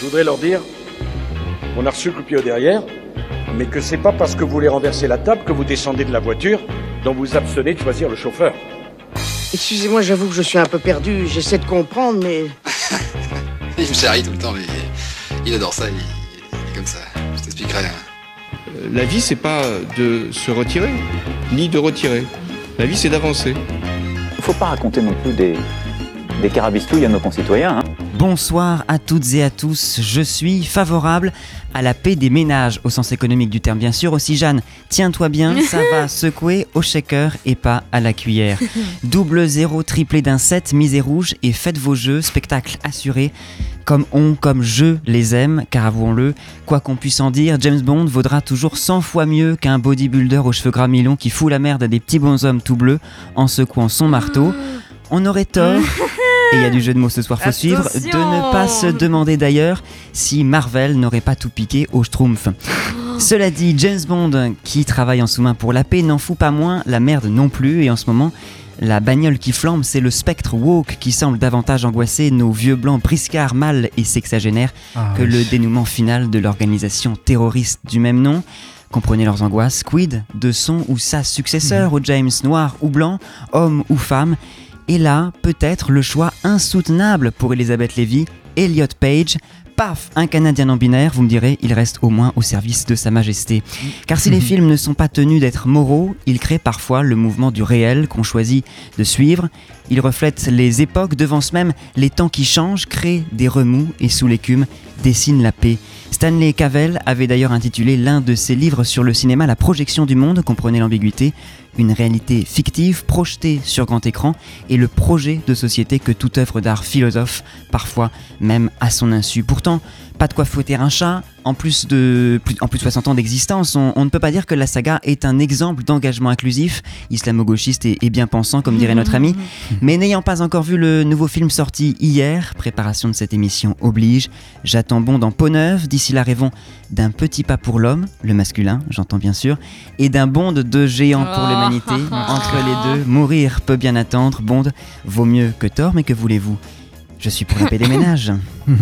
Je voudrais leur dire qu'on a reçu le coup de pied au derrière, mais que c'est pas parce que vous voulez renverser la table que vous descendez de la voiture, dont vous abstenez de choisir le chauffeur. Excusez-moi, j'avoue que je suis un peu perdu, j'essaie de comprendre, mais... Il me charrie tout le temps, mais il adore ça, il est comme ça. Je t'expliquerai. La vie, c'est pas de se retirer, ni de retirer. La vie, c'est d'avancer. Il faut pas raconter non plus des carabistouilles à nos concitoyens. Bonsoir à toutes et à tous, je suis favorable à la paix des ménages, au sens économique du terme bien sûr. Aussi Jeanne, tiens-toi bien, ça va secouer au shaker et pas à la cuillère. Double 0 triplé d'un 7, misez rouge et faites vos jeux, spectacle assuré. Comme je les aime, car avouons-le, quoi qu'on puisse en dire, James Bond vaudra toujours 100 fois mieux qu'un bodybuilder aux cheveux gras mi-longs qui fout la merde à des petits bonshommes tout bleus en secouant son marteau. On aurait tort, et il y a du jeu de mots ce soir, faut suivre, de ne pas se demander d'ailleurs si Marvel n'aurait pas tout piqué au Schtroumpf. Cela dit, James Bond, qui travaille en sous-main pour la paix, n'en fout pas moins la merde non plus, et en ce moment, la bagnole qui flambe, c'est le spectre woke qui semble davantage angoisser nos vieux blancs briscards, mâles et sexagénaires que le dénouement final de l'organisation terroriste du même nom. Comprenez leurs angoisses, quid de son ou sa successeur au James, noir ou blanc, homme ou femme. Et là, peut-être le choix insoutenable pour Elizabeth Lévy, Elliot Page. Paf, un Canadien non-binaire, vous me direz, il reste au moins au service de Sa Majesté. Car si les films ne sont pas tenus d'être moraux, ils créent parfois le mouvement du réel qu'on choisit de suivre. Ils reflètent les époques, devancent même les temps qui changent, créent des remous et sous l'écume dessinent la paix. Stanley Cavell avait d'ailleurs intitulé l'un de ses livres sur le cinéma La projection du monde, comprenez l'ambiguïté, une réalité fictive projetée sur grand écran et le projet de société que toute œuvre d'art philosophe, parfois même à son insu. Pourtant, pas de quoi fouetter un chat, en plus de 60 ans d'existence, on ne peut pas dire que la saga est un exemple d'engagement inclusif, islamo-gauchiste et bien pensant, comme dirait notre ami. Mais n'ayant pas encore vu le nouveau film sorti hier, préparation de cette émission oblige, j'attends Bond en peau neuve. D'ici là, rêvons d'un petit pas pour l'homme, le masculin, j'entends bien sûr, et d'un Bond de géant pour l'humanité. Entre les deux, mourir peut bien attendre. Bond vaut mieux que tort, mais que voulez-vous ? Je suis pour la paix des ménages.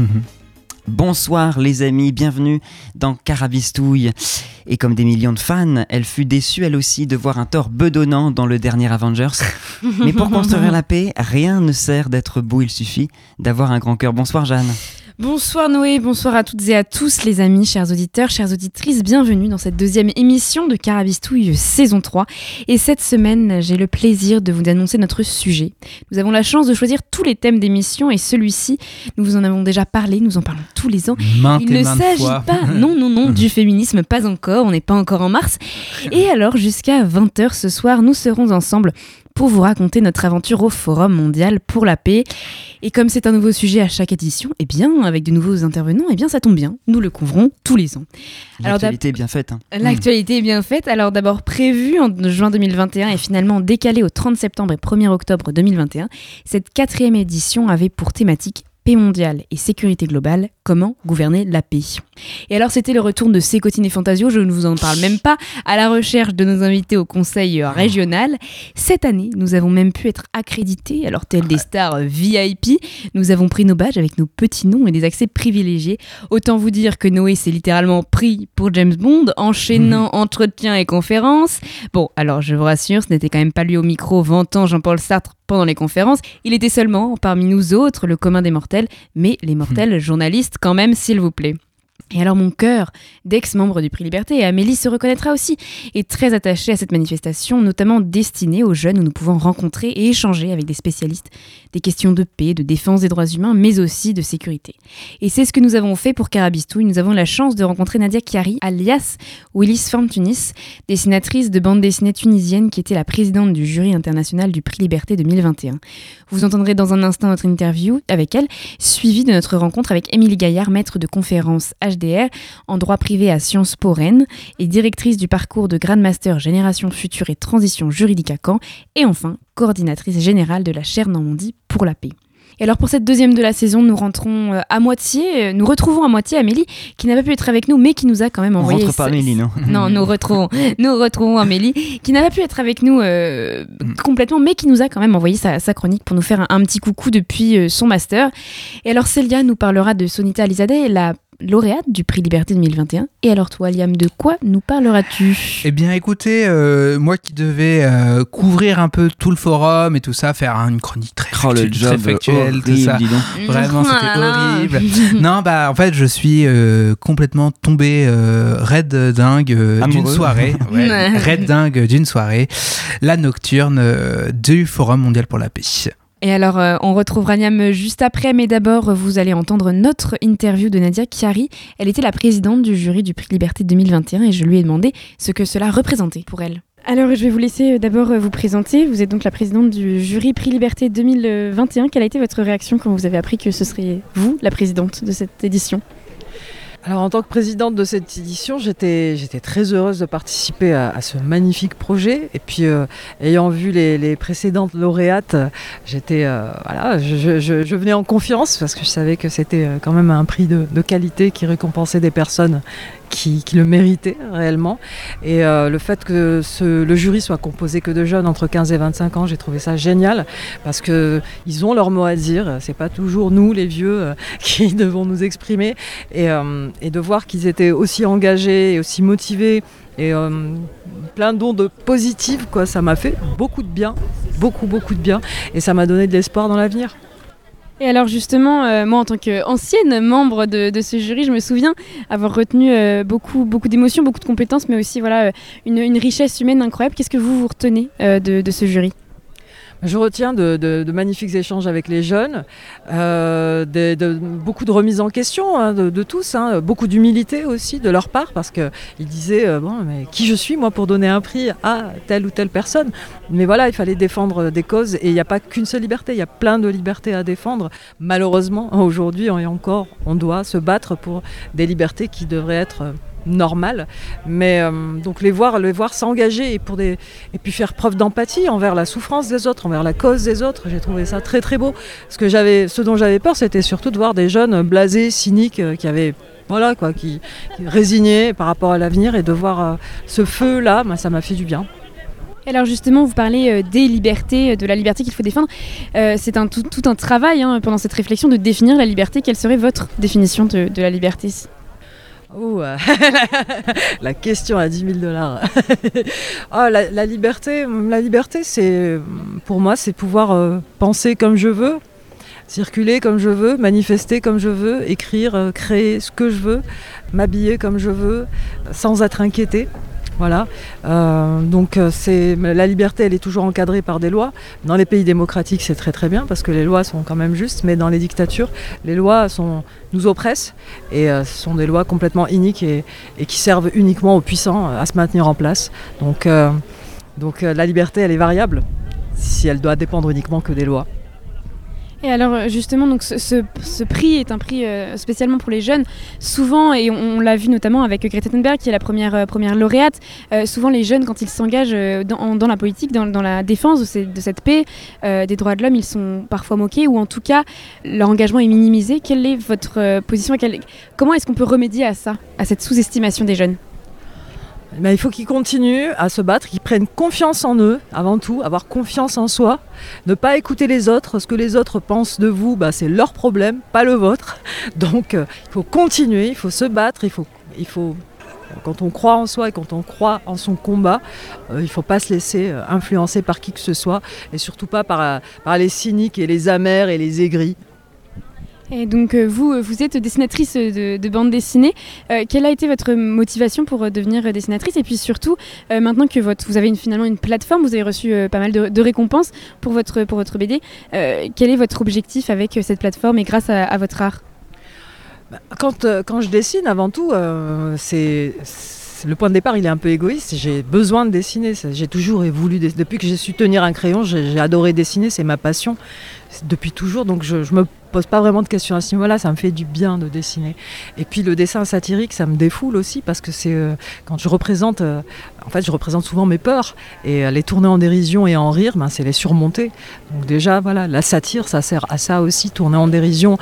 Bonsoir les amis, bienvenue dans Carabistouille. Et comme des millions de fans, elle fut déçue elle aussi de voir un Thor bedonnant dans le dernier Avengers. Mais pour construire la paix, rien ne sert d'être beau, il suffit d'avoir un grand cœur. Bonsoir Jeanne. Bonsoir Noé, bonsoir à toutes et à tous les amis, chers auditeurs, chères auditrices, bienvenue dans cette deuxième émission de Carabistouille saison 3. Et cette semaine, j'ai le plaisir de vous annoncer notre sujet. Nous avons la chance de choisir tous les thèmes d'émission et celui-ci, nous vous en avons déjà parlé, nous en parlons tous les ans. Il ne s'agit pas, non, du féminisme, pas encore, on n'est pas encore en mars. Et alors, jusqu'à 20h ce soir, nous serons ensemble pour vous raconter notre aventure au Forum mondial pour la paix. Et comme c'est un nouveau sujet à chaque édition, eh bien, avec de nouveaux intervenants, eh bien, ça tombe bien, nous le couvrons tous les ans. L'actualité est bien faite. L'actualité est bien faite. Alors d'abord prévue en juin 2021 et finalement décalée au 30 septembre et 1er octobre 2021, cette 4e édition avait pour thématique paix mondiale et sécurité globale, comment gouverner la paix. Et alors c'était le retour de Sécotine et Fantasio, je ne vous en parle même pas, à la recherche de nos invités au conseil régional. Cette année, nous avons même pu être accrédités, alors tels des stars VIP, nous avons pris nos badges avec nos petits noms et des accès privilégiés. Autant vous dire que Noé s'est littéralement pris pour James Bond, enchaînant entretiens et conférences. Bon, alors je vous rassure, ce n'était quand même pas lui au micro vantant Jean-Paul Sartre pendant les conférences, il était seulement parmi nous autres, le commun des mortels, mais les mortels journalistes quand même, s'il vous plaît. Et alors mon cœur d'ex-membre du Prix Liberté, et Amélie se reconnaîtra aussi, est très attaché à cette manifestation, notamment destinée aux jeunes où nous pouvons rencontrer et échanger avec des spécialistes des questions de paix, de défense des droits humains, mais aussi de sécurité. Et c'est ce que nous avons fait pour Carabistouille. Nous avons la chance de rencontrer Nadia Chiari, alias Willis Fortunis, dessinatrice de bande dessinée tunisienne qui était la présidente du jury international du Prix Liberté 2021. Vous entendrez dans un instant notre interview avec elle, suivie de notre rencontre avec Émilie Gaillard, maître de conférence HDR en droit privé à Sciences Po Rennes et directrice du parcours de Grand Master Génération Future et Transition Juridique à Caen, et enfin coordinatrice générale de la chaire Normandie pour la paix. Et alors pour cette deuxième de la saison, nous retrouvons à moitié Amélie, qui n'a pas pu être avec nous, mais qui nous a quand même envoyé... On rentre pas Amélie, non? Non, nous retrouvons Amélie, qui n'a pas pu être avec nous complètement, mais qui nous a quand même envoyé sa chronique pour nous faire un petit coucou depuis son master. Et alors Célia nous parlera de Sonita Alizadeh, la lauréate du prix Liberté 2021. Et alors toi, Liam, de quoi nous parleras-tu ? Eh bien écoutez, moi qui devais couvrir un peu tout le forum et tout ça, faire une chronique très factuelle, horrible, tout ça. dis donc. Vraiment, c'était horrible. Non, en fait, je suis complètement tombé raide dingue d'une soirée. Raide dingue d'une soirée. La nocturne du Forum mondial pour la paix. Et alors, on retrouvera Niam juste après, mais d'abord, vous allez entendre notre interview de Nadia Chiari. Elle était la présidente du jury du prix Liberté 2021 et je lui ai demandé ce que cela représentait pour elle. Alors, je vais vous laisser d'abord vous présenter. Vous êtes donc la présidente du jury prix Liberté 2021. Quelle a été votre réaction quand vous avez appris que ce serait vous, la présidente de cette édition ? Alors en tant que présidente de cette édition, j'étais très heureuse de participer à ce magnifique projet. Et puis ayant vu les précédentes lauréates, je venais en confiance parce que je savais que c'était quand même un prix de qualité qui récompensait des personnes qui le méritaient réellement. Et le fait que le jury soit composé que de jeunes entre 15 et 25 ans, j'ai trouvé ça génial parce qu'ils ont leur mot à dire. C'est pas toujours nous, les vieux, qui devons nous exprimer. Et de voir qu'ils étaient aussi engagés et aussi motivés et plein d'ondes positives, quoi, ça m'a fait beaucoup de bien, beaucoup de bien. Et ça m'a donné de l'espoir dans l'avenir. Et alors justement, moi en tant qu'ancienne membre de ce jury, je me souviens avoir retenu beaucoup d'émotions, beaucoup de compétences, mais aussi une richesse humaine incroyable. Qu'est-ce que vous retenez de ce jury ? Je retiens de magnifiques échanges avec les jeunes, beaucoup de remises en question de tous, beaucoup d'humilité aussi de leur part parce qu'ils disaient mais qui je suis moi pour donner un prix à telle ou telle personne. Mais voilà, il fallait défendre des causes et il n'y a pas qu'une seule liberté, il y a plein de libertés à défendre. Malheureusement, aujourd'hui et encore, on doit se battre pour des libertés qui devraient être normales, mais donc les voir s'engager et puis faire preuve d'empathie envers la souffrance des autres, envers la cause des autres, j'ai trouvé ça très très beau. Ce dont j'avais peur, c'était surtout de voir des jeunes blasés, cyniques, qui résignés par rapport à l'avenir, et de voir ce feu-là, ça m'a fait du bien. Alors justement, vous parlez des libertés, de la liberté qu'il faut défendre. C'est tout un travail pendant cette réflexion de définir la liberté. Quelle serait votre définition de la liberté ? La question à $10 000. La liberté, pour moi, c'est pouvoir penser comme je veux, circuler comme je veux, manifester comme je veux, écrire, créer ce que je veux, m'habiller comme je veux, sans être inquiété. Voilà. La liberté, elle est toujours encadrée par des lois. Dans les pays démocratiques, c'est très très bien parce que les lois sont quand même justes, mais dans les dictatures, les lois nous oppressent et ce sont des lois complètement iniques et qui servent uniquement aux puissants à se maintenir en place. Donc la liberté, elle est variable si elle doit dépendre uniquement que des lois. Et alors justement, donc ce prix est un prix spécialement pour les jeunes. Souvent, et on l'a vu notamment avec Greta Thunberg, qui est la première lauréate, souvent les jeunes, quand ils s'engagent dans la politique, dans la défense de cette paix, des droits de l'homme, ils sont parfois moqués, ou en tout cas, leur engagement est minimisé. Quelle est votre position ? Comment est-ce qu'on peut remédier à ça, à cette sous-estimation des jeunes ? Il faut qu'ils continuent à se battre, qu'ils prennent confiance en eux, avant tout, avoir confiance en soi, ne pas écouter les autres. Ce que les autres pensent de vous, c'est leur problème, pas le vôtre. Donc il faut continuer, il faut se battre, il faut quand on croit en soi et quand on croit en son combat, il ne faut pas se laisser influencer par qui que ce soit, et surtout pas par les cyniques et les amers et les aigris. Et donc vous êtes dessinatrice de bande dessinée. Quelle a été votre motivation pour devenir dessinatrice ? Et puis surtout, maintenant que vous avez finalement une plateforme, vous avez reçu pas mal de récompenses pour votre BD. Quel est votre objectif avec cette plateforme et grâce à votre art ? Quand je dessine, avant tout, le point de départ, il est un peu égoïste. J'ai besoin de dessiner. J'ai toujours voulu, depuis que j'ai su tenir un crayon, j'ai adoré dessiner, c'est ma passion. depuis toujours, donc je me pose pas vraiment de questions à ce niveau-là, ça me fait du bien de dessiner. Et puis le dessin satirique, ça me défoule aussi, parce que c'est quand je représente, je représente souvent mes peurs, et les tourner en dérision et en rire, c'est les surmonter. Donc déjà, voilà, la satire, ça sert à ça aussi, tourner en dérision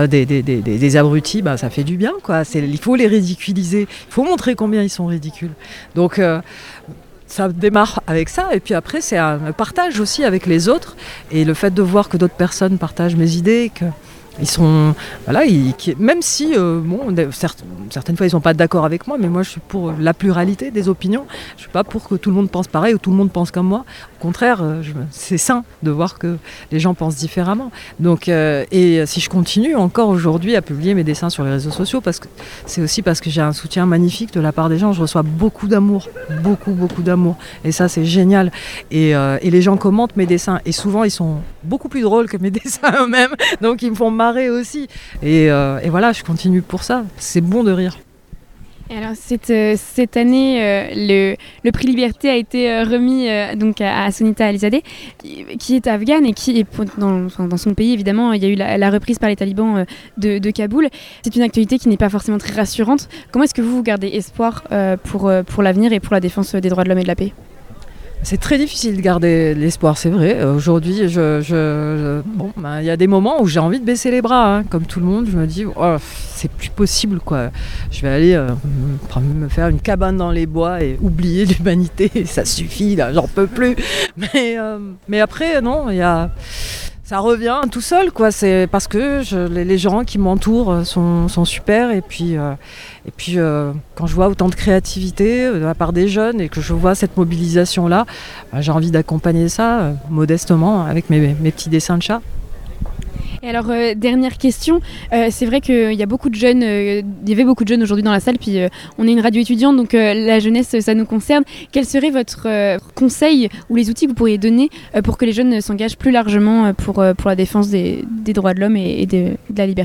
des abrutis, ça fait du bien, quoi. Il faut les ridiculiser, il faut montrer combien ils sont ridicules. Donc ça démarre avec ça, et puis après c'est un partage aussi avec les autres, et le fait de voir que d'autres personnes partagent mes idées, ils sont même si certaines fois ils sont pas d'accord avec moi, mais moi je suis pour la pluralité des opinions. Je suis pas pour que tout le monde pense pareil ou tout le monde pense comme moi. Au contraire, c'est sain de voir que les gens pensent différemment. Donc et si je continue encore aujourd'hui à publier mes dessins sur les réseaux sociaux, c'est aussi parce que j'ai un soutien magnifique de la part des gens. Je reçois beaucoup d'amour, beaucoup d'amour, et ça c'est génial. Et les gens commentent mes dessins, et souvent ils sont beaucoup plus drôles que mes dessins eux-mêmes, donc ils me font marrer aussi, et voilà, je continue pour ça, c'est bon de rire. Et alors cette année, le prix Liberté a été remis donc à Sonita Alizadeh, qui est afghane et qui est dans son pays, évidemment. Il y a eu la reprise par les talibans de Kaboul. C'est une actualité qui n'est pas forcément très rassurante. Comment est-ce que vous gardez espoir pour l'avenir et pour la défense des droits de l'homme et de la paix ? C'est très difficile de garder l'espoir, c'est vrai. Aujourd'hui, il y a des moments où j'ai envie de baisser les bras, comme tout le monde. Je me dis, c'est plus possible, quoi. Je vais aller me faire une cabane dans les bois et oublier l'humanité. Ça suffit, là, j'en peux plus. Mais après, non, ça revient tout seul, quoi. C'est parce que les gens qui m'entourent sont super, et puis quand je vois autant de créativité de la part des jeunes et que je vois cette mobilisation-là, j'ai envie d'accompagner ça modestement avec mes petits dessins de chat. Et alors, dernière question, c'est vrai qu'il y a beaucoup de jeunes, il y avait beaucoup de jeunes aujourd'hui dans la salle, puis on est une radio étudiante, donc la jeunesse, ça nous concerne. Quel serait votre conseil ou les outils que vous pourriez donner pour que les jeunes s'engagent plus largement pour la défense des droits de l'homme et de la liberté ?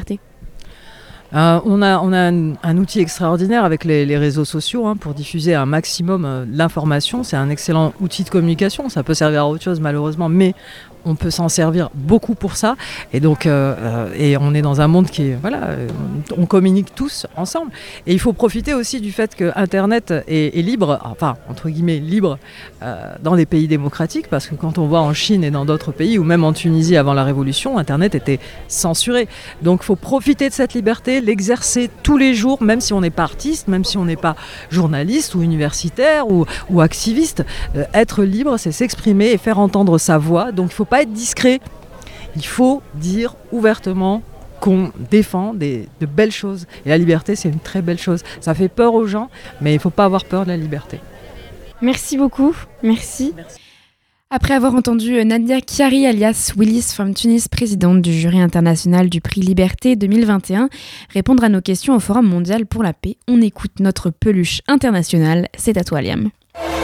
On a un outil extraordinaire avec les réseaux sociaux pour diffuser un maximum l'information. C'est un excellent outil de communication. Ça peut servir à autre chose malheureusement, mais on peut s'en servir beaucoup pour ça. Et donc, et on est dans un monde qui est, on communique tous ensemble. Et il faut profiter aussi du fait que Internet est libre, enfin entre guillemets libre, dans les pays démocratiques, parce que quand on voit en Chine et dans d'autres pays, ou même en Tunisie avant la Révolution, Internet était censuré. Donc, il faut profiter de cette liberté, l'exercer tous les jours, même si on n'est pas artiste, même si on n'est pas journaliste ou universitaire ou activiste. Être libre, c'est s'exprimer et faire entendre sa voix. Donc, il ne faut pas être discret, il faut dire ouvertement qu'on défend de belles choses. Et la liberté, c'est une très belle chose. Ça fait peur aux gens, mais il ne faut pas avoir peur de la liberté. Merci beaucoup. Merci. Après avoir entendu Nadia Chiari alias Willis from Tunis, présidente du jury international du prix Liberté 2021, répondre à nos questions au Forum mondial pour la paix, on écoute notre peluche internationale. C'est à toi, Liam.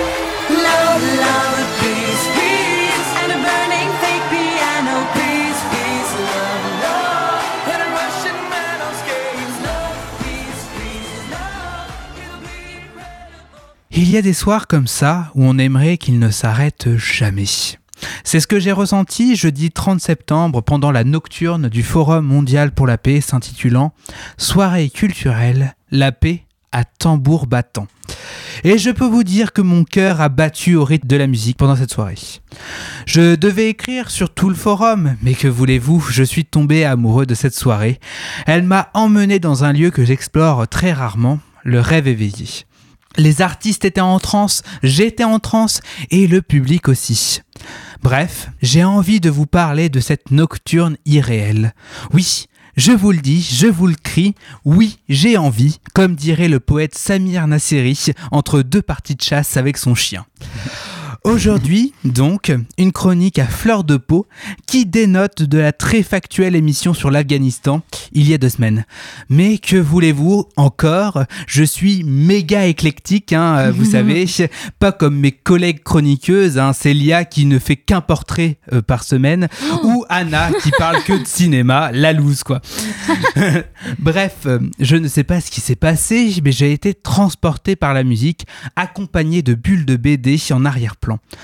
Il y a des soirs comme ça où on aimerait qu'ils ne s'arrêtent jamais. C'est ce que j'ai ressenti jeudi 30 septembre pendant la nocturne du Forum mondial pour la paix s'intitulant « Soirée culturelle, la paix à tambour battant ». Et je peux vous dire que mon cœur a battu au rythme de la musique pendant cette soirée. Je devais écrire sur tout le forum, mais que voulez-vous, je suis tombé amoureux de cette soirée. Elle m'a emmené dans un lieu que j'explore très rarement, le rêve éveillé. Les artistes étaient en transe, j'étais en transe et le public aussi. Bref, j'ai envie de vous parler de cette nocturne irréelle. Oui, je vous le dis, je vous le crie, oui, j'ai envie, comme dirait le poète Samir Nasseri entre deux parties de chasse avec son chien. Aujourd'hui, donc, une chronique à fleur de peau qui dénote de la très factuelle émission sur l'Afghanistan il y a 2 semaines. Mais que voulez-vous encore ? Je suis méga éclectique, vous savez, pas comme mes collègues chroniqueuses, Célia qui ne fait qu'un portrait par semaine, ou Anna qui parle que de cinéma, la loose quoi. Bref, je ne sais pas ce qui s'est passé, mais j'ai été transporté par la musique, accompagné de bulles de BD en arrière-plan.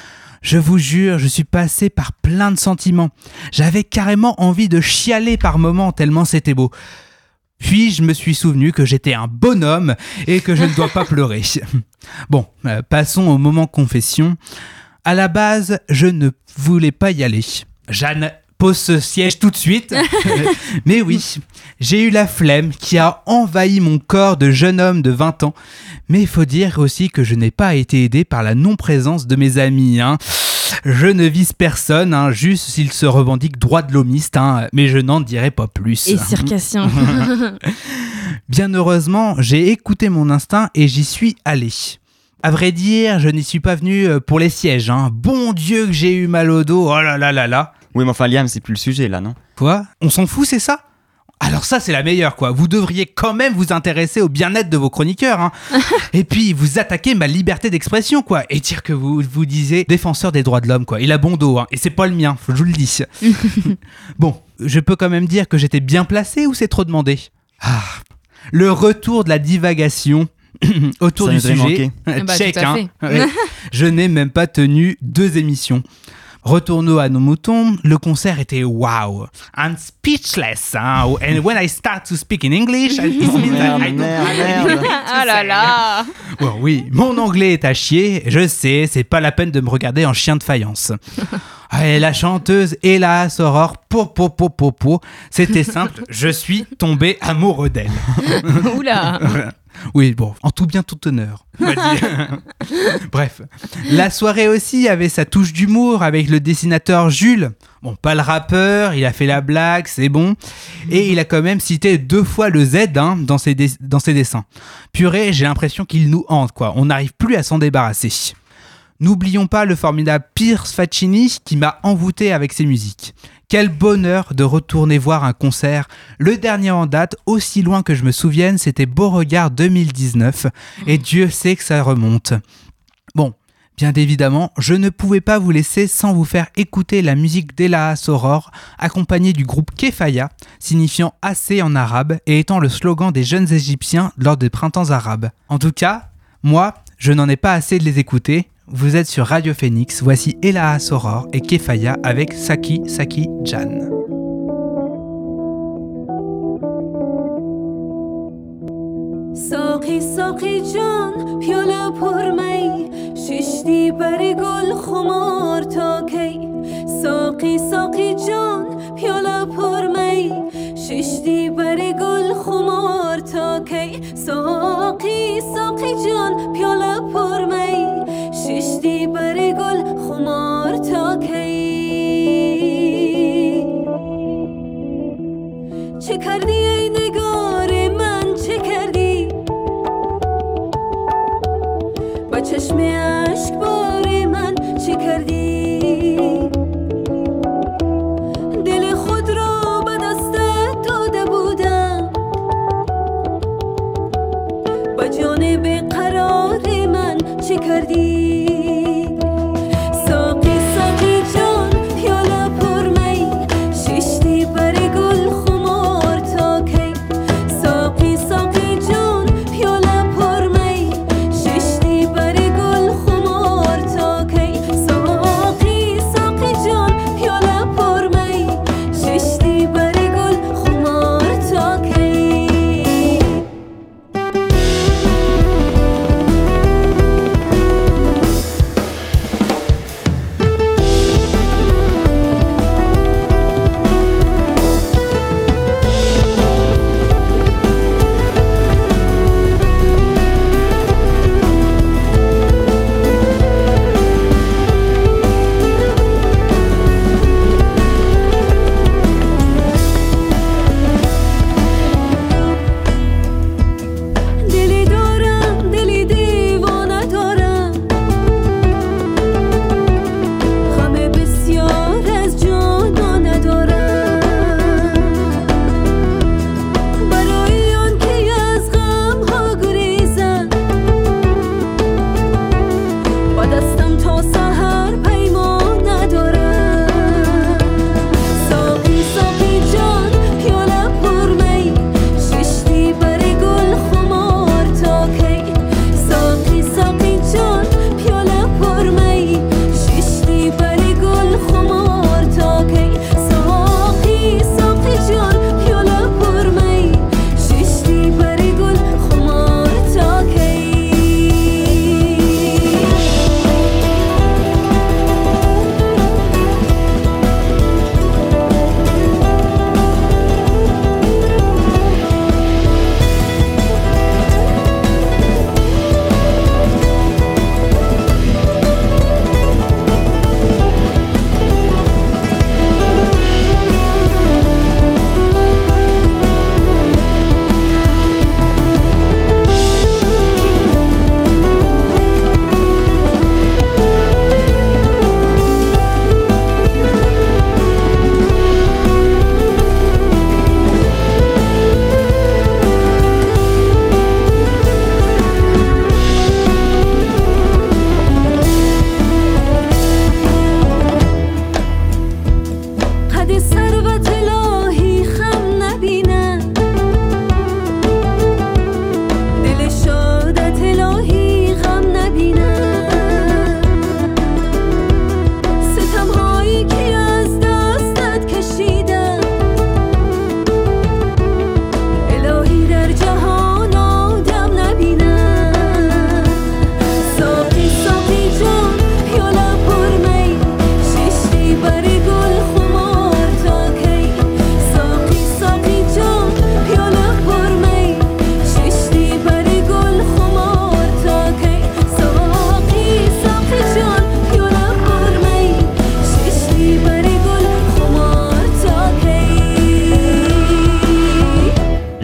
Je vous jure, je suis passé par plein de sentiments. J'avais carrément envie de chialer par moments tellement c'était beau. Puis je me suis souvenu que j'étais un bonhomme et que je ne dois pas pleurer. Bon, passons au moment confession. À la base, je ne voulais pas y aller. Jeanne, pose ce siège tout de suite. Mais oui, j'ai eu la flemme qui a envahi mon corps de jeune homme de 20 ans. Mais il faut dire aussi que je n'ai pas été aidé par la non-présence de mes amis. Je ne vise personne, juste s'il se revendique droit de l'homiste, mais je n'en dirai pas plus. Et circassien. Bien heureusement, j'ai écouté mon instinct et j'y suis allé. À vrai dire, je n'y suis pas venu pour les sièges. Bon Dieu que j'ai eu mal au dos, oh là là là là. Oui, mais enfin, Liam, c'est plus le sujet, là, non ? Quoi ? On s'en fout, c'est ça ? Alors ça, c'est la meilleure, quoi. Vous devriez quand même vous intéresser au bien-être de vos chroniqueurs, Et puis, vous attaquez ma liberté d'expression, quoi. Et dire que vous disiez défenseur des droits de l'homme, quoi. Il a bon dos, Et c'est pas le mien, je vous le dis. Bon, je peux quand même dire que j'étais bien placé ou c'est trop demandé ? Le retour de la divagation autour du sujet. Check, Ouais. Je n'ai même pas tenu 2 émissions. Retournons à nos moutons, le concert était wow, I'm speechless, and when I start to speak in English, it means that I don't Ah là là. Bon, oui, mon anglais est à chier, je sais, c'est pas la peine de me regarder en chien de faïence. Et la chanteuse Hélas Aurore, c'était simple, je suis tombé amoureux d'elle. Oula. Oui, bon, en tout bien, tout honneur, on va dire. Bref, la soirée aussi avait sa touche d'humour avec le dessinateur Jules. Bon, pas le rappeur, il a fait la blague, c'est bon. Et il a quand même cité 2 fois le Z dans ses dessins. Purée, j'ai l'impression qu'il nous hante, quoi. On n'arrive plus à s'en débarrasser. N'oublions pas le formidable Piers Faccini qui m'a envoûté avec ses musiques. Quel bonheur de retourner voir un concert. Le dernier en date, aussi loin que je me souvienne, c'était Beauregard 2019. Et Dieu sait que ça remonte. Bon, bien évidemment, je ne pouvais pas vous laisser sans vous faire écouter la musique d'Hélas Aurore, accompagnée du groupe Kefaya, signifiant assez en arabe et étant le slogan des jeunes Égyptiens lors des printemps arabes. En tout cas, moi, je n'en ai pas assez de les écouter. Vous êtes sur Radio Phoenix, voici Hélas Aurore et Kefaya avec Saki Saki Jan. ساقی ساقی جان پیاله پر می ششتی بر گل خمار تا کی ساقی ساقی جان پیاله پر می ششتی بر گل خمار تا کی ساقی ساقی جان پیاله پر می ششتی بر گل خمار تا کی چه کردی ای نگار من چه کردی با چشم اشک بار من چه کردی دل خود را به دستت داده بودم با جان بیقرار من چه کردی ساقی ساقی جان پیاله پر می ششتی بر گل خمار تا کی ساقی ساقی جان پیاله پر می ششتی بر گل خمار تا کی ساقی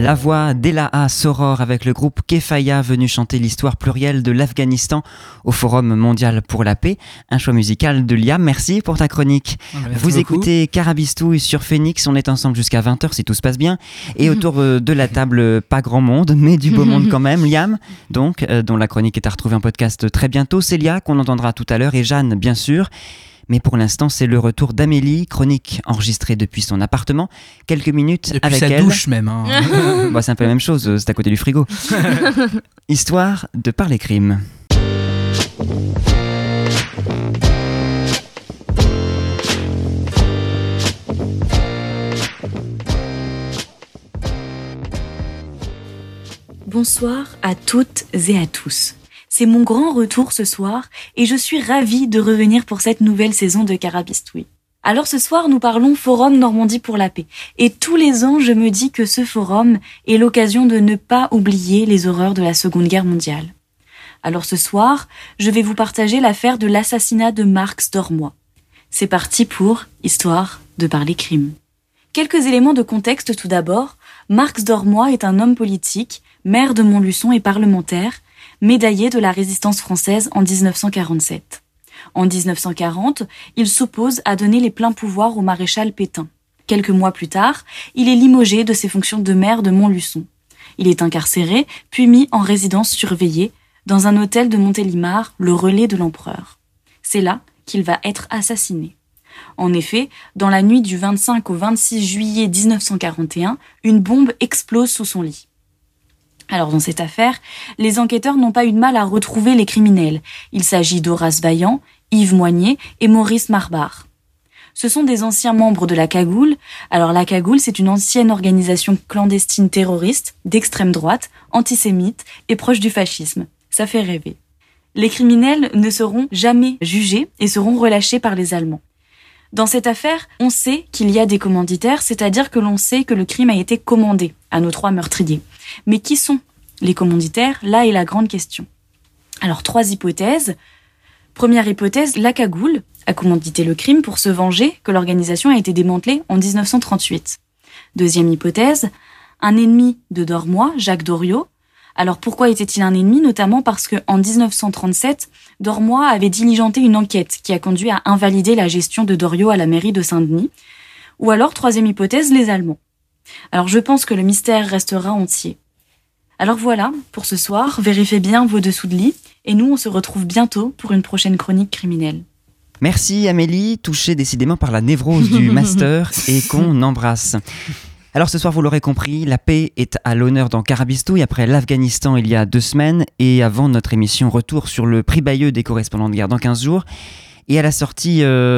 La voix d'Elaha Soror avec le groupe Kefaya venu chanter l'histoire plurielle de l'Afghanistan au Forum mondial pour la paix. Un choix musical de Liam. Merci pour ta chronique. Vous écoutez Carabistouille sur Phoenix. On est ensemble jusqu'à 20h si tout se passe bien. Et autour de la table, pas grand monde, mais du beau monde quand même. Liam, donc, dont la chronique est à retrouver en podcast très bientôt. Célia, qu'on entendra tout à l'heure. Et Jeanne, bien sûr. Mais pour l'instant, c'est le retour d'Amélie, chronique enregistrée depuis son appartement. Quelques minutes depuis avec elle. Depuis sa douche même. Hein. Bah, c'est un peu la même chose, c'est à côté du frigo. Histoire de parler crime. Bonsoir à toutes et à tous. C'est mon grand retour ce soir et je suis ravie de revenir pour cette nouvelle saison de Carabistouille. Alors ce soir, nous parlons Forum Normandie pour la paix. Et tous les ans, je me dis que ce forum est l'occasion de ne pas oublier les horreurs de la Seconde Guerre mondiale. Alors ce soir, je vais vous partager l'affaire de l'assassinat de Marx d'Ormois. C'est parti pour Histoire de parler crime. Quelques éléments de contexte tout d'abord. Marx d'Ormois est un homme politique, maire de Montluçon et parlementaire, médaillé de la résistance française en 1947. En 1940, il s'oppose à donner les pleins pouvoirs au maréchal Pétain. Quelques mois plus tard, il est limogé de ses fonctions de maire de Montluçon. Il est incarcéré, puis mis en résidence surveillée, dans un hôtel de Montélimar, le relais de l'empereur. C'est là qu'il va être assassiné. En effet, dans la nuit du 25 au 26 juillet 1941, une bombe explose sous son lit. Alors dans cette affaire, les enquêteurs n'ont pas eu de mal à retrouver les criminels. Il s'agit d'Horace Vaillant, Yves Moignet et Maurice Marbard. Ce sont des anciens membres de la Cagoule. Alors la Cagoule, c'est une ancienne organisation clandestine terroriste, d'extrême droite, antisémite et proche du fascisme. Ça fait rêver. Les criminels ne seront jamais jugés et seront relâchés par les Allemands. Dans cette affaire, on sait qu'il y a des commanditaires, c'est-à-dire que l'on sait que le crime a été commandé à nos 3 meurtriers. Mais qui sont les commanditaires ? Là est la grande question. Alors 3 hypothèses. Première hypothèse, la Cagoule a commandité le crime pour se venger que l'organisation a été démantelée en 1938. Deuxième hypothèse, un ennemi de Dormois, Jacques Doriot. Alors pourquoi était-il un ennemi ? Notamment parce qu'en 1937, Dormois avait diligenté une enquête qui a conduit à invalider la gestion de Doriot à la mairie de Saint-Denis. Ou alors, troisième hypothèse, les Allemands. Alors je pense que le mystère restera entier. Alors voilà, pour ce soir, vérifiez bien vos dessous de lit, et nous on se retrouve bientôt pour une prochaine chronique criminelle. Merci Amélie, touchée décidément par la névrose du master et qu'on embrasse. Alors ce soir, vous l'aurez compris, la paix est à l'honneur dans Carabistouille après l'Afghanistan il y a 2 semaines et avant notre émission Retour sur le prix Bayeux des correspondants de guerre dans 15 jours. Et à la sortie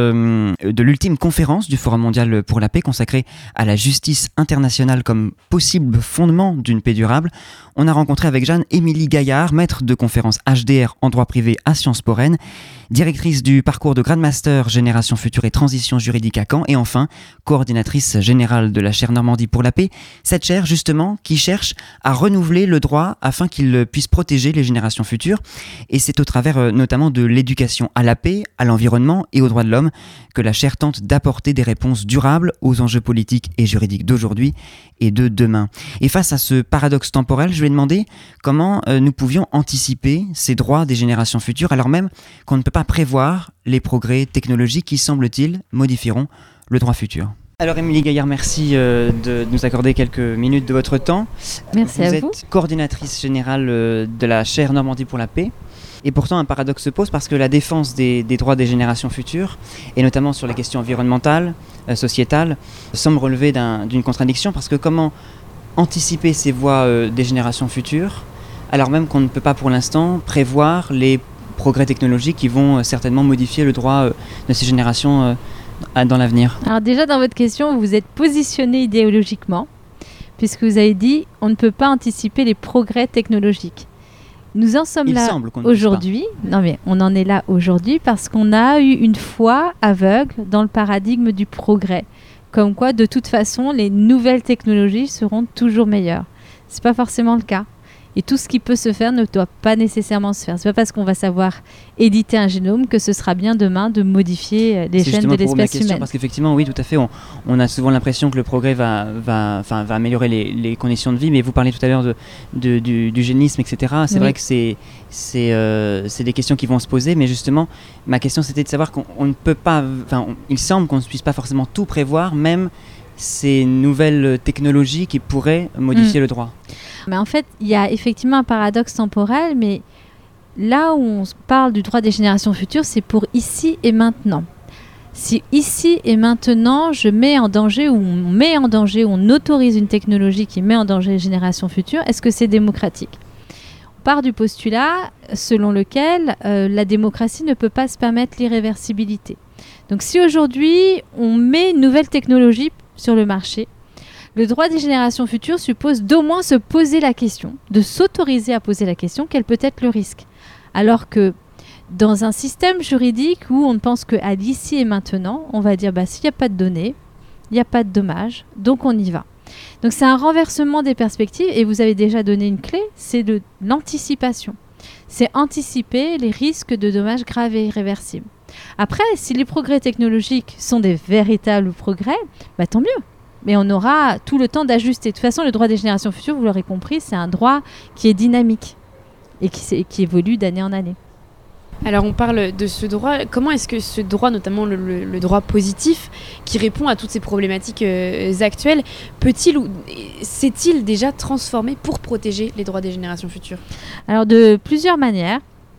de l'ultime conférence du Forum mondial pour la paix consacrée à la justice internationale comme possible fondement d'une paix durable, on a rencontré avec Jeanne Émilie Gaillard, maître de conférence HDR en droit privé à Sciences Po Rennes, directrice du parcours de Grand Master Génération Future et Transition Juridique à Caen et enfin coordinatrice générale de la chaire Normandie pour la paix, cette chaire justement qui cherche à renouveler le droit afin qu'il puisse protéger les générations futures et c'est au travers notamment de l'éducation à la paix, à l'environnement et aux droits de l'homme que la chaire tente d'apporter des réponses durables aux enjeux politiques et juridiques d'aujourd'hui et de demain. Et face à ce paradoxe temporel, je lui ai demandé comment nous pouvions anticiper ces droits des générations futures alors même qu'on ne peut pas prévoir les progrès technologiques qui, semble-t-il, modifieront le droit futur. Alors Émilie Gaillard, merci de nous accorder quelques minutes de votre temps. Merci à vous. Vous êtes coordinatrice générale de la chaire Normandie pour la paix. Et pourtant, un paradoxe se pose parce que la défense des droits des générations futures, et notamment sur les questions environnementales, sociétales, semble relever d'une contradiction parce que comment anticiper ces voix des générations futures alors même qu'on ne peut pas pour l'instant prévoir les progrès technologiques qui vont certainement modifier le droit de ces générations dans l'avenir. Alors déjà dans votre question, vous vous êtes positionné idéologiquement puisque vous avez dit on ne peut pas anticiper les progrès technologiques. Nous en sommes là aujourd'hui. Non mais on en est là aujourd'hui parce qu'on a eu une foi aveugle dans le paradigme du progrès. Comme quoi, de toute façon, les nouvelles technologies seront toujours meilleures. C'est pas forcément le cas. Et tout ce qui peut se faire ne doit pas nécessairement se faire. C'est pas parce qu'on va savoir éditer un génome que ce sera bien demain de modifier les gènes de l'espèce humaine. Parce qu'effectivement, oui, tout à fait, on a souvent l'impression que le progrès va améliorer les conditions de vie, mais vous parlez tout à l'heure du génisme, etc. C'est vrai que c'est des questions qui vont se poser, mais justement, ma question c'était de savoir qu'on ne peut pas, il semble qu'on ne puisse pas forcément tout prévoir, même ces nouvelles technologies qui pourraient modifier le droit. Mais en fait, il y a effectivement un paradoxe temporel, mais là où on parle du droit des générations futures, c'est pour ici et maintenant. Si ici et maintenant, je mets en danger ou on met en danger, on autorise une technologie qui met en danger les générations futures, est-ce que c'est démocratique ? On part du postulat selon lequel la démocratie ne peut pas se permettre l'irréversibilité. Donc si aujourd'hui, on met une nouvelle technologie sur le marché, le droit des générations futures suppose d'au moins se poser la question, de s'autoriser à poser la question, quel peut être le risque. Alors que dans un système juridique où on ne pense qu'à l'ici et maintenant, on va dire s'il n'y a pas de données, il n'y a pas de dommages, donc on y va. Donc c'est un renversement des perspectives et vous avez déjà donné une clé, c'est de l'anticipation. C'est anticiper les risques de dommages graves et irréversibles. Après, si les progrès technologiques sont des véritables progrès, tant mieux. Mais on aura tout le temps d'ajuster. De toute façon, le droit des générations futures, vous l'aurez compris, c'est un droit qui est dynamique et qui évolue d'année en année. Alors on parle de ce droit, comment est-ce que ce droit, notamment le droit positif, qui répond à toutes ces problématiques actuelles, s'est-il déjà transformé pour protéger les droits des générations futures ? Alors de plusieurs manières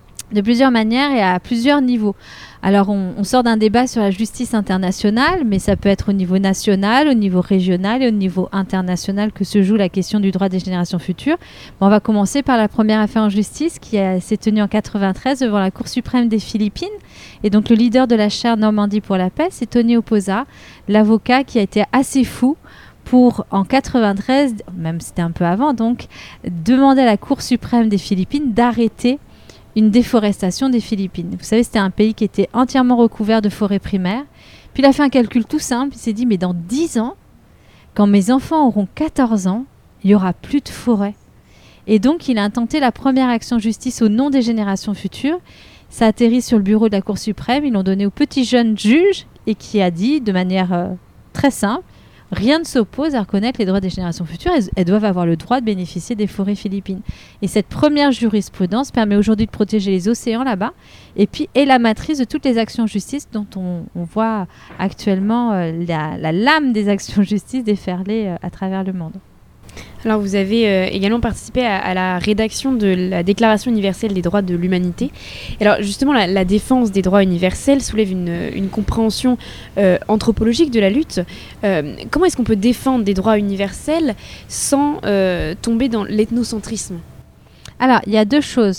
et à plusieurs niveaux. Alors on sort d'un débat sur la justice internationale, mais ça peut être au niveau national, au niveau régional et au niveau international que se joue la question du droit des générations futures. On va commencer par la première affaire en justice qui s'est tenue en 1993 devant la Cour suprême des Philippines. Et donc le leader de la chaire Normandie pour la paix, c'est Tony Oposa, l'avocat qui a été assez fou pour, en 1993, même c'était un peu avant donc, demander à la Cour suprême des Philippines d'arrêter une déforestation des Philippines. Vous savez, c'était un pays qui était entièrement recouvert de forêts primaires. Puis il a fait un calcul tout simple. Il s'est dit, mais dans 10 ans, quand mes enfants auront 14 ans, il n'y aura plus de forêt. Et donc, il a intenté la première action justice au nom des générations futures. Ça atterrit sur le bureau de la Cour suprême. Ils l'ont donné au petit jeune juge et qui a dit, de manière très simple, rien ne s'oppose à reconnaître les droits des générations futures. Elles doivent avoir le droit de bénéficier des forêts philippines. Et cette première jurisprudence permet aujourd'hui de protéger les océans là-bas et puis est la matrice de toutes les actions justice dont on voit actuellement la lame des actions justice déferler à travers le monde. Alors vous avez également participé à la rédaction de la Déclaration universelle des droits de l'humanité. Alors justement, la défense des droits universels soulève une compréhension anthropologique de la lutte. Comment est-ce qu'on peut défendre des droits universels sans tomber dans l'ethnocentrisme ? Alors, il y a deux choses.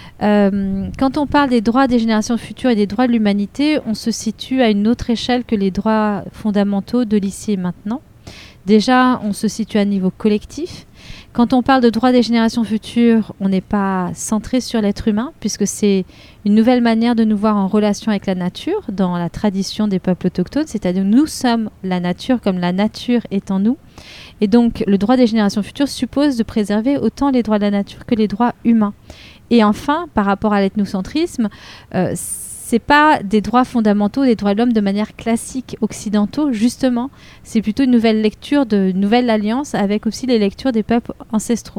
Quand on parle des droits des générations futures et des droits de l'humanité, on se situe à une autre échelle que les droits fondamentaux de l'ici et maintenant. Déjà, on se situe à un niveau collectif. Quand on parle de droits des générations futures, on n'est pas centré sur l'être humain, puisque c'est une nouvelle manière de nous voir en relation avec la nature, dans la tradition des peuples autochtones, c'est-à-dire nous sommes la nature comme la nature est en nous. Et donc, le droit des générations futures suppose de préserver autant les droits de la nature que les droits humains. Et enfin, par rapport à l'ethnocentrisme, c'est pas des droits fondamentaux, des droits de l'homme de manière classique occidentaux, justement. C'est plutôt une nouvelle lecture, une nouvelle alliance avec aussi les lectures des peuples ancestraux.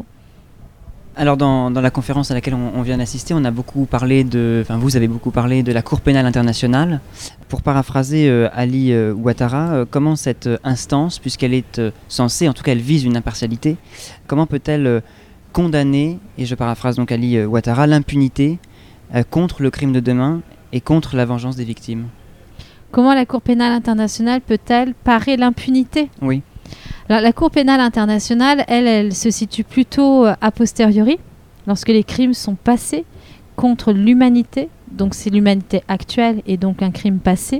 Alors dans la conférence à laquelle on vient d'assister, on a beaucoup parlé vous avez beaucoup parlé de la Cour pénale internationale. Pour paraphraser Ali Ouattara, comment cette instance, puisqu'elle est censée, en tout cas elle vise une impartialité, comment peut-elle condamner, et je paraphrase donc Ali Ouattara, l'impunité contre le crime de demain et contre la vengeance des victimes? Comment la Cour pénale internationale peut-elle parer l'impunité ? Oui. Alors, la Cour pénale internationale, elle se situe plutôt a posteriori, lorsque les crimes sont passés contre l'humanité, donc c'est l'humanité actuelle et donc un crime passé.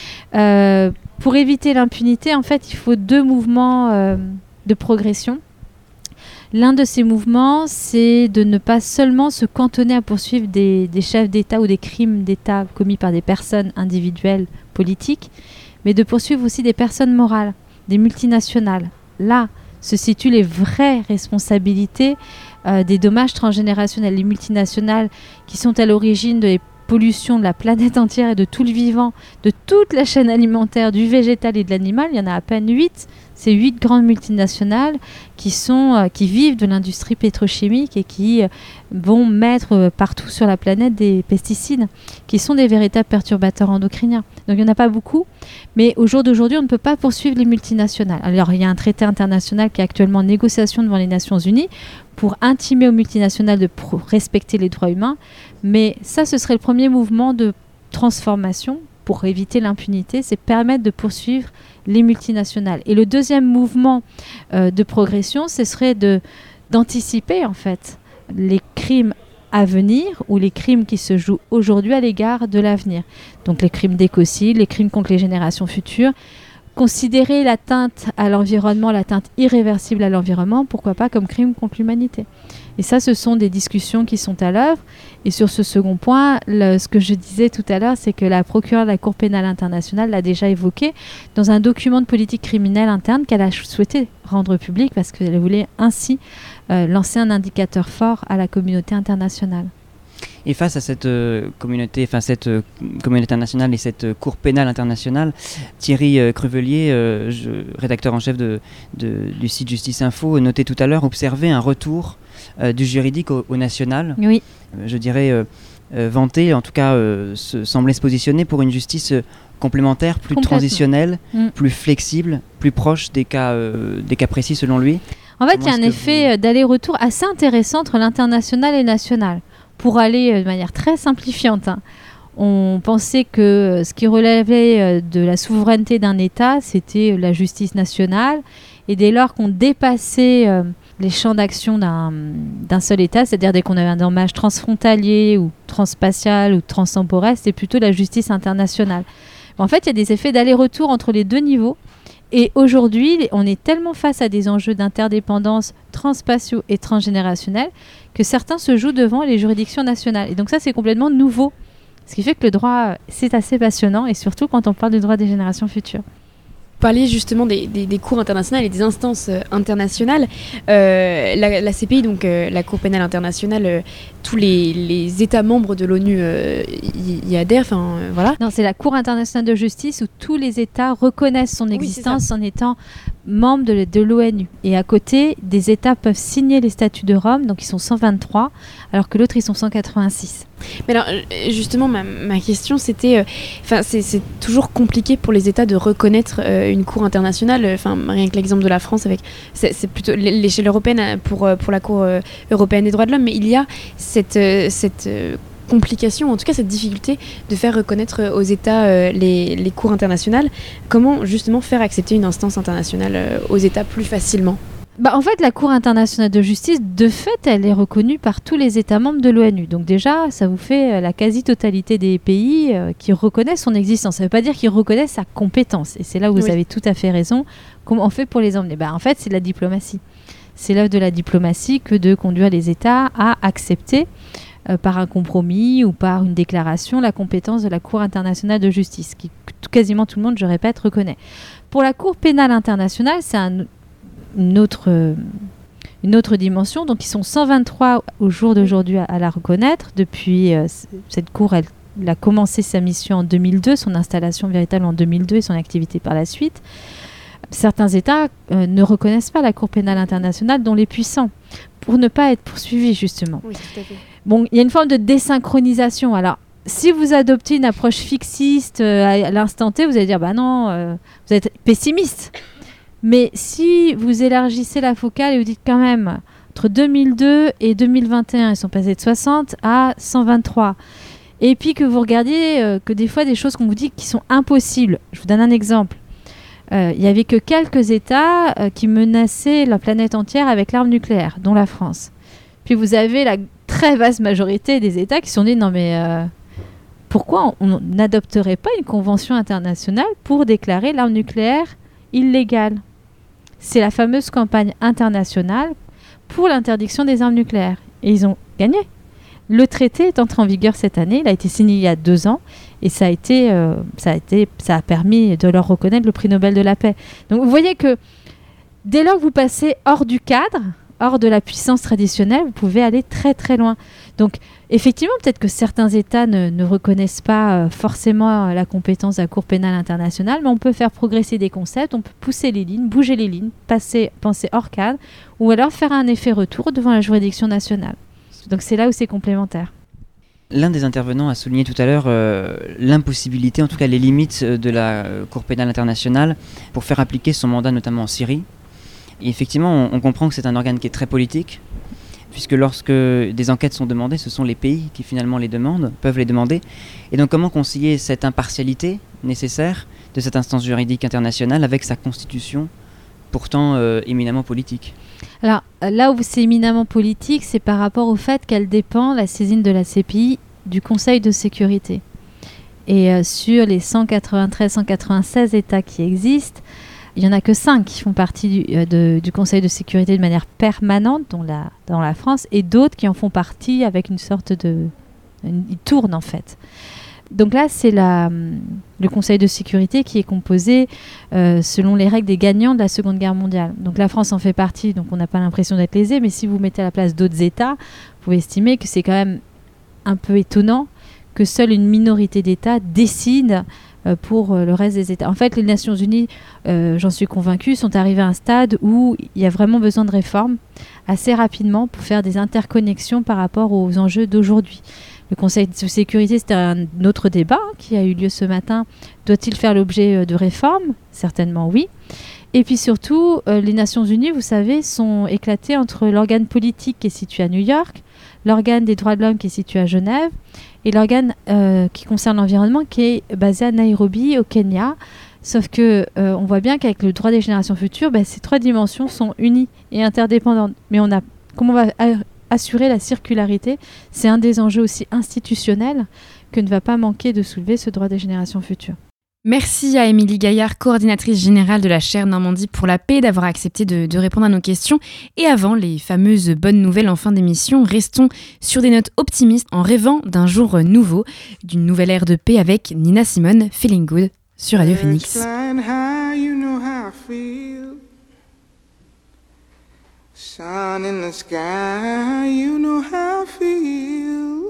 Pour éviter l'impunité, en fait, il faut deux mouvements de progression. L'un de ces mouvements, c'est de ne pas seulement se cantonner à poursuivre des chefs d'État ou des crimes d'État commis par des personnes individuelles politiques, mais de poursuivre aussi des personnes morales, des multinationales. Là, se situent les vraies responsabilités des dommages transgénérationnels. Les multinationales qui sont à l'origine des pollution de la planète entière et de tout le vivant, de toute la chaîne alimentaire, du végétal et de l'animal, il y en a à peine 8. C'est 8 grandes multinationales qui vivent de l'industrie pétrochimique et qui vont mettre partout sur la planète des pesticides, qui sont des véritables perturbateurs endocriniens. Donc il n'y en a pas beaucoup, mais au jour d'aujourd'hui, on ne peut pas poursuivre les multinationales. Alors il y a un traité international qui est actuellement en négociation devant les Nations Unies pour intimer aux multinationales de respecter les droits humains, mais ça, ce serait le premier mouvement de transformation pour éviter l'impunité, c'est permettre de poursuivre les multinationales. Et le deuxième mouvement de progression, ce serait d'anticiper en fait les crimes à venir ou les crimes qui se jouent aujourd'hui à l'égard de l'avenir. Donc les crimes d'écocide, les crimes contre les générations futures, considérer l'atteinte à l'environnement, l'atteinte irréversible à l'environnement, pourquoi pas comme crime contre l'humanité. Et ça, ce sont des discussions qui sont à l'œuvre. Et sur ce second point, ce que je disais tout à l'heure, c'est que la procureure de la Cour pénale internationale l'a déjà évoqué dans un document de politique criminelle interne qu'elle a souhaité rendre public parce qu'elle voulait ainsi lancer un indicateur fort à la communauté internationale. Et face à cette communauté internationale et cette Cour pénale internationale, Thierry Cruvelier, rédacteur en chef du site Justice Info, notait tout à l'heure observer un retour du juridique au national. Oui. Je dirais vanté, en tout cas semblait se positionner pour une justice complémentaire, plus transitionnelle, plus flexible, plus proche des cas précis selon lui. En fait, il y a un effet d'aller-retour assez intéressant entre l'international et le national. Pour aller de manière très simplifiante, on pensait que ce qui relevait de la souveraineté d'un État, c'était la justice nationale. Et dès lors qu'on dépassait les champs d'action d'un seul État, c'est-à-dire dès qu'on avait un dommage transfrontalier ou transspatial ou transtemporel, c'était plutôt la justice internationale. En fait, il y a des effets d'aller-retour entre les deux niveaux. Et aujourd'hui, on est tellement face à des enjeux d'interdépendance transspatiaux et transgénérationnels que certains se jouent devant les juridictions nationales. Et donc ça, c'est complètement nouveau. Ce qui fait que le droit, c'est assez passionnant, et surtout quand on parle du droit des générations futures. Parler justement des cours internationales et des instances internationales, la CPI, donc la Cour pénale internationale, tous les États membres de l'ONU y adhèrent, voilà. Non, c'est la Cour internationale de justice où tous les États reconnaissent son existence en étant membres de l'ONU. Et à côté, des États peuvent signer les statuts de Rome, donc ils sont 123, alors que l'autre, ils sont 186. Mais alors, justement, ma question, c'était... c'est toujours compliqué pour les États de reconnaître une cour internationale. Rien que l'exemple de la France, c'est plutôt l'échelle européenne pour la Cour européenne des droits de l'homme. Mais il y a cette complication, en tout cas cette difficulté de faire reconnaître aux États les cours internationales. Comment, justement, faire accepter une instance internationale aux États plus facilement ? En fait, la Cour internationale de justice, de fait, elle est reconnue par tous les États membres de l'ONU. Donc déjà, ça vous fait la quasi-totalité des pays qui reconnaissent son existence. Ça ne veut pas dire qu'ils reconnaissent sa compétence. Et c'est là où vous avez tout à fait raison. Comment on fait pour les emmener ? En fait, c'est de la diplomatie. C'est l'œuvre de la diplomatie que de conduire les États à accepter par un compromis ou par une déclaration la compétence de la Cour internationale de justice, qui quasiment tout le monde, je répète, reconnaît. Pour la Cour pénale internationale, c'est une autre dimension. Donc ils sont 123 au jour d'aujourd'hui à la reconnaître. Depuis cette cour, elle a commencé sa mission en 2002, son installation véritable en 2002 et son activité par la suite. Certains États ne reconnaissent pas la Cour pénale internationale, dont les puissants, pour ne pas être poursuivis justement. Oui, tout à fait. Bon, il y a une forme de désynchronisation. Alors, si vous adoptez une approche fixiste à l'instant T, vous allez dire non, vous êtes pessimiste. Mais si vous élargissez la focale et vous dites quand même, entre 2002 et 2021, ils sont passés de 60 à 123. Et puis que vous regardiez que des fois, des choses qu'on vous dit qui sont impossibles. Je vous donne un exemple. Il n'y avait que quelques États qui menaçaient la planète entière avec l'arme nucléaire, dont la France. Puis vous avez la très vaste majorité des États qui se sont dit, non mais pourquoi on n'adopterait pas une convention internationale pour déclarer l'arme nucléaire illégale ? C'est la fameuse campagne internationale pour l'interdiction des armes nucléaires. Et ils ont gagné. Le traité est entré en vigueur cette année. Il a été signé il y a 2 ans. Et ça a permis de leur reconnaître le prix Nobel de la paix. Donc vous voyez que dès lors que vous passez hors du cadre, hors de la puissance traditionnelle, vous pouvez aller très très loin. Donc effectivement, peut-être que certains États ne reconnaissent pas forcément la compétence de la Cour pénale internationale, mais on peut faire progresser des concepts, on peut pousser les lignes, bouger les lignes, penser hors cadre, ou alors faire un effet retour devant la juridiction nationale. Donc c'est là où c'est complémentaire. L'un des intervenants a souligné tout à l'heure l'impossibilité, en tout cas les limites de la Cour pénale internationale pour faire appliquer son mandat, notamment en Syrie. Et effectivement, on comprend que c'est un organe qui est très politique, puisque lorsque des enquêtes sont demandées, ce sont les pays qui finalement peuvent les demander. Et donc comment concilier cette impartialité nécessaire de cette instance juridique internationale avec sa constitution pourtant éminemment politique ? Alors là où c'est éminemment politique, c'est par rapport au fait qu'elle dépend, la saisine de la CPI, du Conseil de sécurité. Et sur les 193-196 États qui existent, il n'y en a que 5 qui font partie du Conseil de sécurité de manière permanente, dont la France, et d'autres qui en font partie avec une sorte de... Ils tournent en fait. Donc là, c'est le Conseil de sécurité qui est composé selon les règles des gagnants de la Seconde Guerre mondiale. Donc la France en fait partie, donc on n'a pas l'impression d'être lésé, mais si vous mettez à la place d'autres États, vous pouvez estimer que c'est quand même un peu étonnant que seule une minorité d'États décide pour le reste des États. En fait, les Nations Unies, j'en suis convaincue, sont arrivées à un stade où il y a vraiment besoin de réformes assez rapidement pour faire des interconnexions par rapport aux enjeux d'aujourd'hui. Le Conseil de sécurité, c'était un autre débat qui a eu lieu ce matin. Doit-il faire l'objet de réformes ? Certainement oui. Et puis surtout, les Nations Unies, vous savez, sont éclatées entre l'organe politique qui est situé à New York, l'organe des droits de l'homme qui est situé à Genève, et l'organe qui concerne l'environnement qui est basé à Nairobi, au Kenya. Sauf que on voit bien qu'avec le droit des générations futures, ces 3 dimensions sont unies et interdépendantes. Mais comment on va assurer la circularité ? C'est un des enjeux aussi institutionnels que ne va pas manquer de soulever ce droit des générations futures. Merci à Émilie Gaillard, coordinatrice générale de la chaire Normandie pour la paix, d'avoir accepté de répondre à nos questions. Et avant les fameuses bonnes nouvelles en fin d'émission, restons sur des notes optimistes en rêvant d'un jour nouveau, d'une nouvelle ère de paix avec Nina Simone, Feeling Good, sur Radio Phoenix. Sun in the sky, you know how I feel.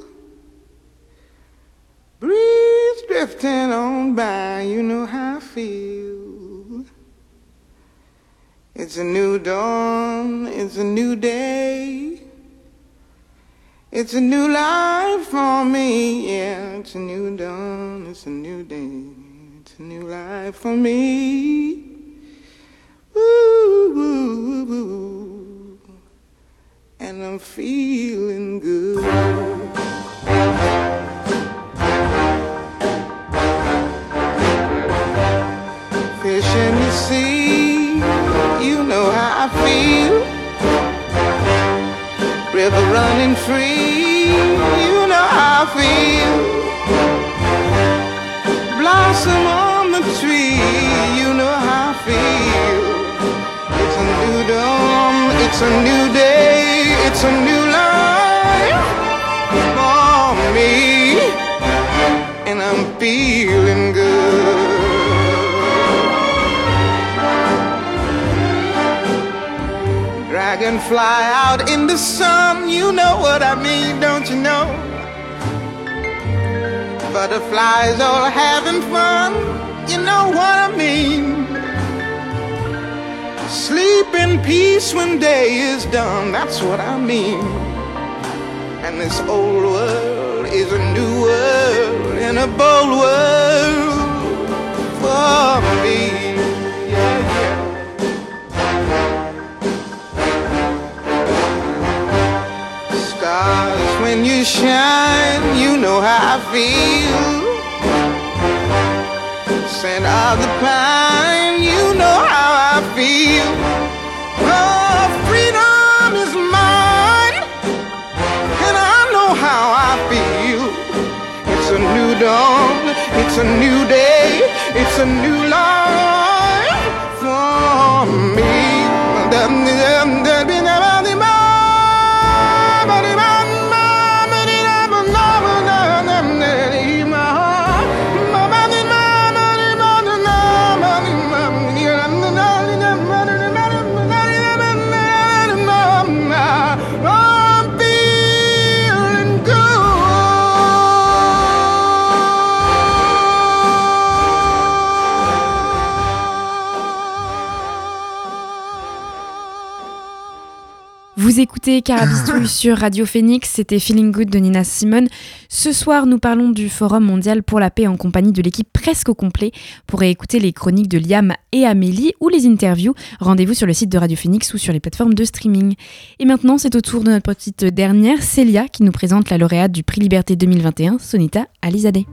Breeze drifting on by, you know how I feel. It's a new dawn, it's a new day. It's a new life for me, yeah. It's a new dawn, it's a new day. It's a new life for me. Woo, woo, woo, woo. And I'm feeling good. Fish in the sea, you know how I feel. River running free, you know how I feel. Blossom on the tree, you know how I feel. It's a new dawn, it's a new day, it's a new life for me, and I'm feeling good. Dragonfly out in the sun, you know what I mean, don't you know? Butterflies all having fun, you know what I mean. Sleep in peace when day is done, that's what I mean. And this old world is a new world, and a bold world for me, yeah, yeah. Stars, when you shine, you know how I feel. Scent of the pine, you know how I feel. Oh, freedom is mine, and I know how I feel. It's a new dawn, it's a new day, it's a new life for me. Vous écoutez Carabistouille sur Radio Phoenix, c'était Feeling Good de Nina Simone. Ce soir, nous parlons du Forum mondial pour la paix en compagnie de l'équipe presque au complet. Pour écouter les chroniques de Liam et Amélie ou les interviews, rendez-vous sur le site de Radio Phoenix ou sur les plateformes de streaming. Et maintenant, c'est au tour de notre petite dernière, Célia, qui nous présente la lauréate du prix Liberté 2021, Sonita Alizadeh.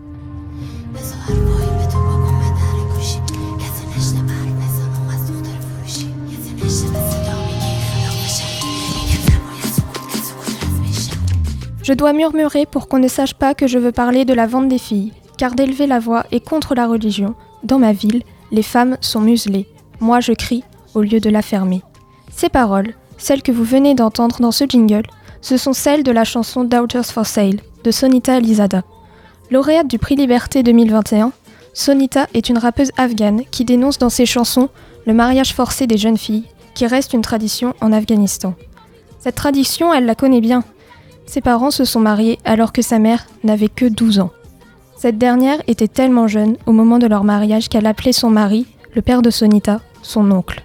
Je dois murmurer pour qu'on ne sache pas que je veux parler de la vente des filles, car d'élever la voix est contre la religion. Dans ma ville, les femmes sont muselées. Moi, je crie au lieu de la fermer. Ces paroles, celles que vous venez d'entendre dans ce jingle, ce sont celles de la chanson Daughters for Sale de Sonita Alizadeh. Lauréate du prix Liberté 2021, Sonita est une rappeuse afghane qui dénonce dans ses chansons le mariage forcé des jeunes filles, qui reste une tradition en Afghanistan. Cette tradition, elle la connaît bien. Ses parents se sont mariés alors que sa mère n'avait que 12 ans. Cette dernière était tellement jeune au moment de leur mariage qu'elle appelait son mari, le père de Sonita, son oncle.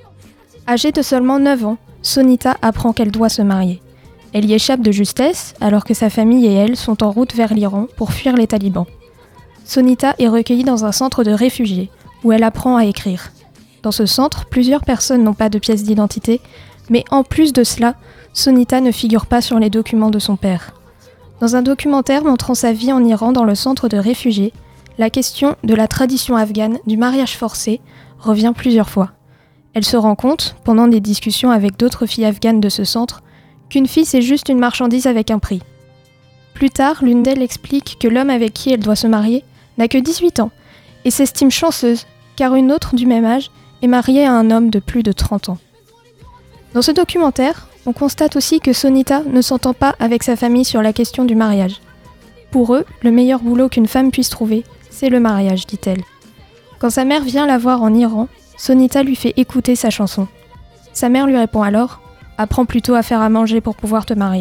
Âgée de seulement 9 ans, Sonita apprend qu'elle doit se marier. Elle y échappe de justesse alors que sa famille et elle sont en route vers l'Iran pour fuir les talibans. Sonita est recueillie dans un centre de réfugiés où elle apprend à écrire. Dans ce centre, plusieurs personnes n'ont pas de pièce d'identité, mais en plus de cela, Sonita ne figure pas sur les documents de son père. Dans un documentaire montrant sa vie en Iran dans le centre de réfugiés, la question de la tradition afghane du mariage forcé revient plusieurs fois. Elle se rend compte, pendant des discussions avec d'autres filles afghanes de ce centre, qu'une fille c'est juste une marchandise avec un prix. Plus tard, l'une d'elles explique que l'homme avec qui elle doit se marier n'a que 18 ans et s'estime chanceuse car une autre du même âge est mariée à un homme de plus de 30 ans. Dans ce documentaire, on constate aussi que Sonita ne s'entend pas avec sa famille sur la question du mariage. Pour eux, le meilleur boulot qu'une femme puisse trouver, c'est le mariage, dit-elle. Quand sa mère vient la voir en Iran, Sonita lui fait écouter sa chanson. Sa mère lui répond alors « Apprends plutôt à faire à manger pour pouvoir te marier ».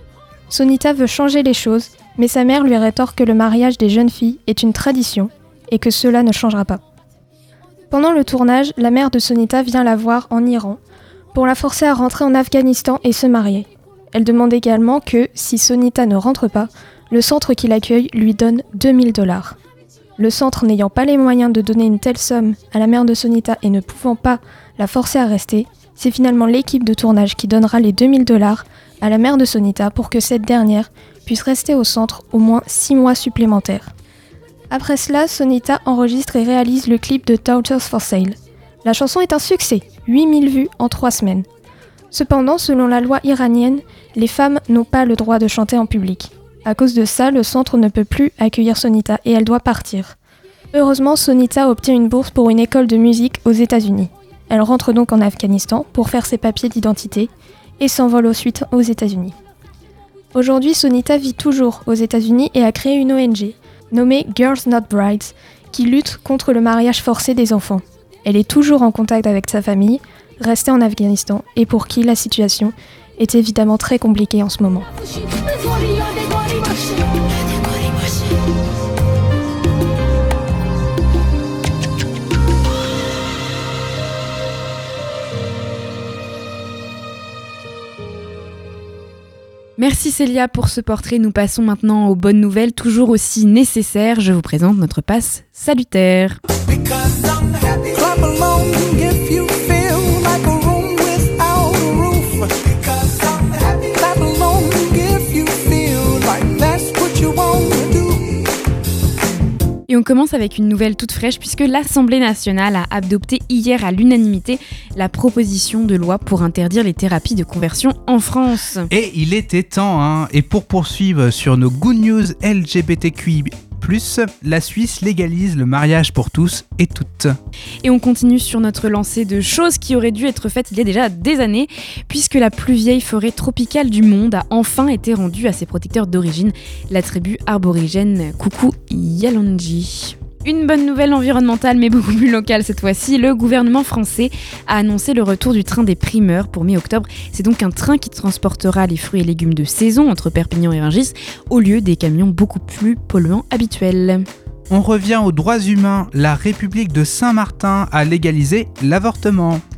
Sonita veut changer les choses, mais sa mère lui rétorque que le mariage des jeunes filles est une tradition et que cela ne changera pas. Pendant le tournage, la mère de Sonita vient la voir en Iran pour la forcer à rentrer en Afghanistan et se marier. Elle demande également que, si Sonita ne rentre pas, le centre qui l'accueille lui donne 2000 $. Le centre n'ayant pas les moyens de donner une telle somme à la mère de Sonita et ne pouvant pas la forcer à rester, c'est finalement l'équipe de tournage qui donnera les 2000 $ à la mère de Sonita pour que cette dernière puisse rester au centre au moins 6 mois supplémentaires. Après cela, Sonita enregistre et réalise le clip de Daughters for Sale. La chanson est un succès, 8000 vues en 3 semaines. Cependant, selon la loi iranienne, les femmes n'ont pas le droit de chanter en public. À cause de ça, le centre ne peut plus accueillir Sonita et elle doit partir. Heureusement, Sonita obtient une bourse pour une école de musique aux États-Unis. Elle rentre donc en Afghanistan pour faire ses papiers d'identité et s'envole ensuite aux États-Unis. Aujourd'hui, Sonita vit toujours aux États-Unis et a créé une ONG nommée Girls Not Brides qui lutte contre le mariage forcé des enfants. Elle est toujours en contact avec sa famille, restée en Afghanistan et pour qui la situation est évidemment très compliquée en ce moment. Merci Célia pour ce portrait. Nous passons maintenant aux bonnes nouvelles, toujours aussi nécessaires. Je vous présente notre passe salutaire. Et on commence avec une nouvelle toute fraîche puisque l'Assemblée nationale a adopté hier à l'unanimité la proposition de loi pour interdire les thérapies de conversion en France. Et il était temps, hein. Et pour poursuivre sur nos good news LGBTQI+, la Suisse légalise le mariage pour tous et toutes. Et on continue sur notre lancée de choses qui auraient dû être faites il y a déjà des années, puisque la plus vieille forêt tropicale du monde a enfin été rendue à ses protecteurs d'origine, la tribu aborigène Kuku Yalanji. Une bonne nouvelle environnementale mais beaucoup plus locale cette fois-ci, le gouvernement français a annoncé le retour du train des primeurs pour mi-octobre. C'est donc un train qui transportera les fruits et légumes de saison entre Perpignan et Rungis au lieu des camions beaucoup plus polluants habituels. On revient aux droits humains. La République de Saint-Martin a légalisé l'avortement.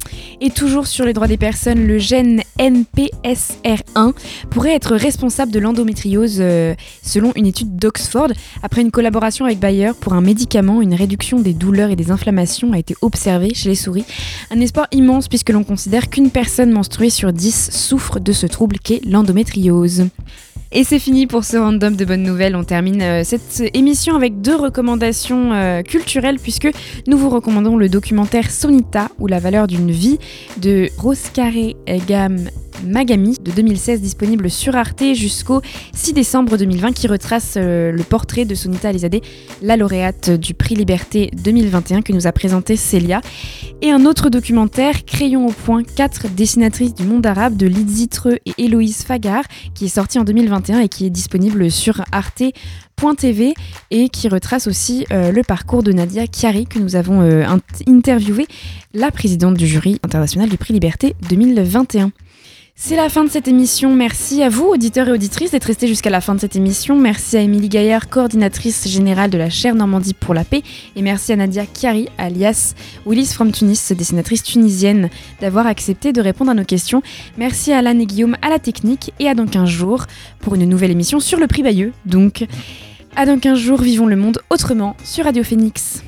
Et toujours sur les droits des personnes, le gène NPSR1 pourrait être responsable de l'endométriose selon une étude d'Oxford. Après une collaboration avec Bayer pour un médicament, une réduction des douleurs et des inflammations a été observée chez les souris. Un espoir immense puisque l'on considère qu'une personne menstruée sur 10 souffre de ce trouble qu'est l'endométriose. Et c'est fini pour ce random de bonnes nouvelles. On termine cette émission avec 2 recommandations culturelles puisque nous vous recommandons le documentaire Sonita ou la valeur d'une vie de Roskare Magami de 2016, disponible sur Arte jusqu'au 6 décembre 2020, qui retrace le portrait de Sonita Alizadeh, la lauréate du prix Liberté 2021 que nous a présenté Célia. Et un autre documentaire, Crayon au point, 4 dessinatrices du monde arabe de Lydie Treux et Héloïse Fagar, qui est sorti en 2021 et qui est disponible sur arte.tv et qui retrace aussi le parcours de Nadia Chiari que nous avons interviewé, la présidente du jury international du prix Liberté 2021. C'est la fin de cette émission. Merci à vous, auditeurs et auditrices, d'être restés jusqu'à la fin de cette émission. Merci à Émilie Gaillard, coordinatrice générale de la chaire Normandie pour la paix. Et merci à Nadia Chiari, alias Willis from Tunis, dessinatrice tunisienne, d'avoir accepté de répondre à nos questions. Merci à Alan et Guillaume à la technique. Et à dans 15 jours pour une nouvelle émission sur le prix Bayeux. Donc, à dans 15 jours, vivons le monde autrement sur Radio Phoenix.